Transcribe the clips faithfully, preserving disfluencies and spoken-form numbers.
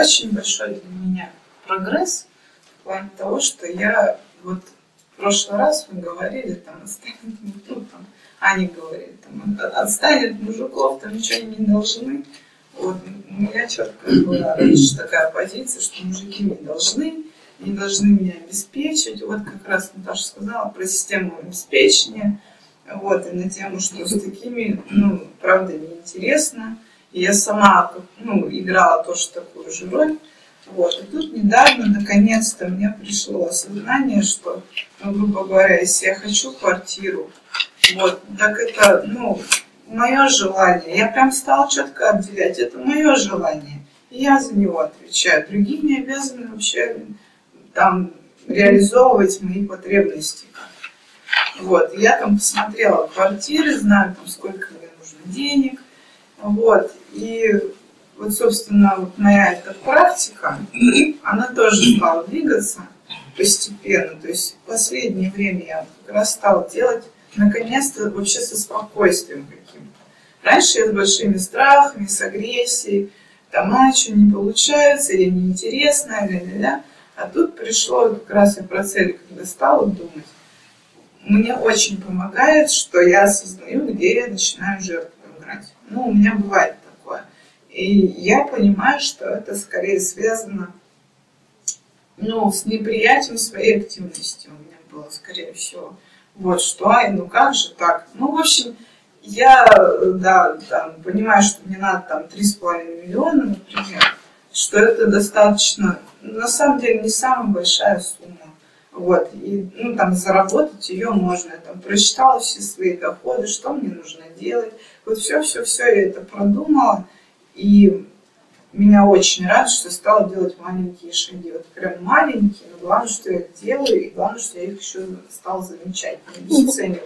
очень большой для меня прогресс в плане того, что я вот в прошлый раз мы говорили, там, отстанет, ну, там, Аня говорит, там, отстанет мужиков, там ничего они не должны. Вот, у меня четко была раньше такая позиция, что мужики не должны, не должны меня обеспечивать. Вот как раз Наташа сказала про систему обеспечения. Вот, и на тему, что с такими, ну, правда, неинтересно. И я сама, ну, играла тоже такую же роль. Вот, и тут недавно, наконец-то, мне пришло осознание, что, ну, грубо говоря, если я хочу квартиру, вот, так это, ну, мое желание. Я прям стала четко отделять. Это мое желание. И я за него отвечаю. Другие не обязаны вообще там реализовывать мои потребности. Вот. Я там посмотрела квартиры, знаю, там, сколько мне нужно денег. Вот. И вот, собственно, вот моя эта практика, она тоже стала двигаться постепенно. То есть в последнее время я как раз стала делать, наконец-то, вообще со спокойствием каким-то. Раньше я с большими страхами, с агрессией, там, а, что не получается, или неинтересно, ля-ля-ля. А тут пришло, как раз я про цели, когда стала думать, мне очень помогает, что я осознаю, где я начинаю жертву играть. Ну, у меня бывает такое. И я понимаю, что это скорее связано, ну, с неприятием своей активности у меня было, скорее всего. Вот что, ай, ну как же так? Ну, в общем, я, да, там, понимаю, что мне надо там три с половиной миллиона, например, что это достаточно, на самом деле, не самая большая сумма. Вот, и, ну, там, заработать ее можно. Я там просчитала все свои доходы, что мне нужно делать. Вот все-все-все я это продумала, и меня очень радует, что я стала делать маленькие шаги. Вот прям маленькие, но главное, что я их делаю, и главное, что я их еще стала замечать, обесцениваю.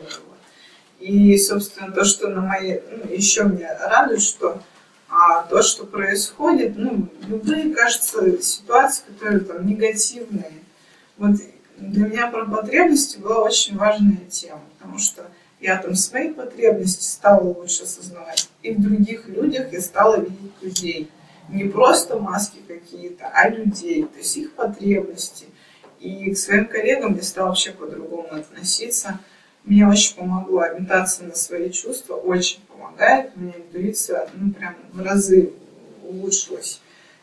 И, собственно, то, что на моей... Ну, еще меня радует, что а, то, что происходит, ну, любые, кажется, ситуации, которые там негативные. Вот для меня про потребности была очень важная тема, потому что я там свои потребности стала лучше осознавать, и в других людях я стала видеть людей. Не просто маски какие-то, а людей, то есть их потребности. И к своим коллегам я стала вообще по-другому относиться. Мне очень помогло ориентация на свои чувства, очень помогает. У меня интуиция, ну, прям в разы улучшилась.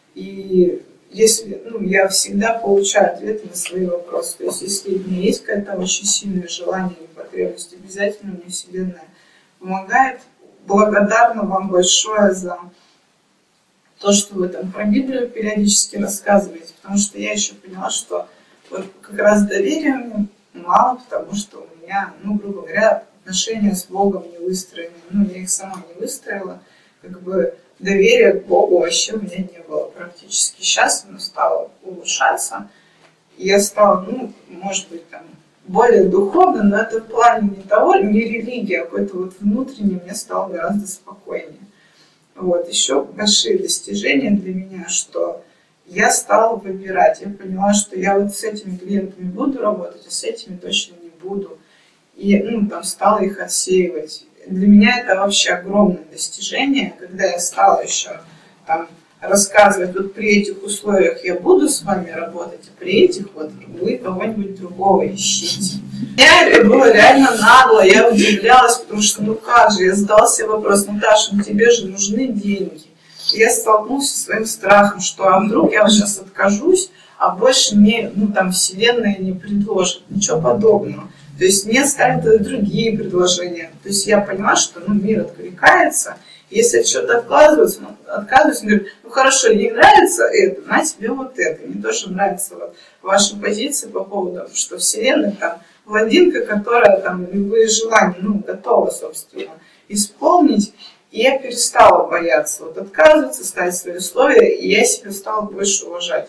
И если, ну, я всегда получаю ответы на свои вопросы. То есть если у меня есть какое-то очень сильное желание или потребность, обязательно мне Вселенная помогает. Благодарна вам большое за то, что вы там про Библию периодически рассказываете, потому что я еще поняла, что вот как раз доверия мне мало, потому что у меня, ну, грубо говоря, отношения с Богом не выстроены. Ну, я их сама не выстроила. Как бы доверия к Богу вообще у меня не было практически. Сейчас оно стало улучшаться. И я стала, ну, может быть, там, более духовно, но это в плане не того, не религия, а какой-то вот внутренний, мне стало гораздо спокойнее. Вот, еще большие достижения для меня, что я стала выбирать. Я поняла, что я вот с этими клиентами буду работать, а с этими точно не буду. И, ну, там, стала их отсеивать. Для меня это вообще огромное достижение, когда я стала еще там рассказывать, вот при этих условиях я буду с вами работать, а при этих вот вы кого-нибудь другого ищите. Я было реально нагло, я удивлялась, потому что, ну как же, я задала себе вопрос, Наташа, ну тебе же нужны деньги. И я столкнулась со своим страхом, что а вдруг я вот сейчас откажусь, а больше мне, ну там, Вселенная не предложит, ничего подобного. То есть мне станут другие предложения. То есть я поняла, что, ну, мир откликается. Если от чего-то отказываются, ну, отказываются, он говорит, ну хорошо, ей нравится это, на тебе вот это. Мне тоже нравится вот ваша позиция по поводу, что Вселенная там блондинка, которая там любые желания, ну, готова, собственно, исполнить. И я перестала бояться вот отказываться, ставить свои условия, и я себя стала больше уважать.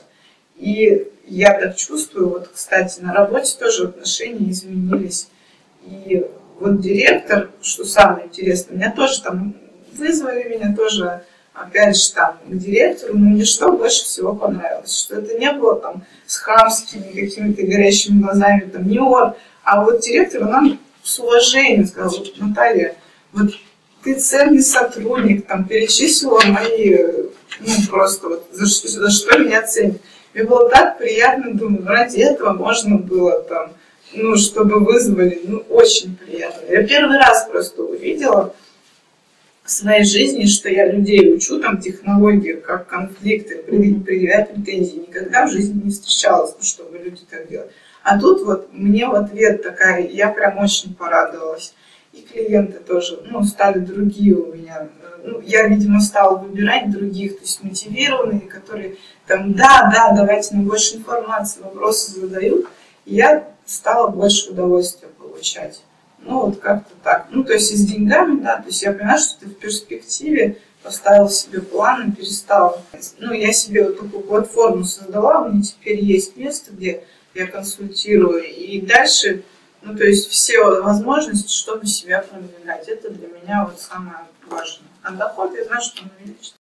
И я так чувствую, вот, кстати, на работе тоже отношения изменились. И вот директор, что самое интересное, меня тоже там вызвали, меня тоже, опять же, там, к директору, но мне что больше всего понравилось, что это не было там с хамскими какими-то горящими глазами, там, не ор, а вот директор нам с уважением сказал, вот, Наталья, вот ты ценный сотрудник, там, перечислила мои, ну, просто вот за, за что меня ценят. Мне было так приятно, думаю, ради этого можно было там, ну, чтобы вызвали, ну, очень приятно. Я первый раз просто увидела в своей жизни, что я людей учу, там, технологию, как конфликты, предъявлять претензии. Никогда в жизни не встречалась, ну, чтобы люди так делали. А тут вот мне в ответ такая, я прям очень порадовалась. И клиенты тоже, ну, стали другие у меня. Ну, я, видимо, стала выбирать других, то есть мотивированные, которые там, да, да, давайте нам больше информации, вопросы задают. И я стала больше удовольствия получать. Ну, вот как-то так. Ну, то есть и с деньгами, да, то есть я понимаю, что ты в перспективе поставил себе план и перестал. Ну, я себе вот такую платформу создала, у меня теперь есть место, где я консультирую, и дальше, ну, то есть все возможности, чтобы себя продвигать. Это для меня вот самое важное. А доход, я знаю, что он увеличится.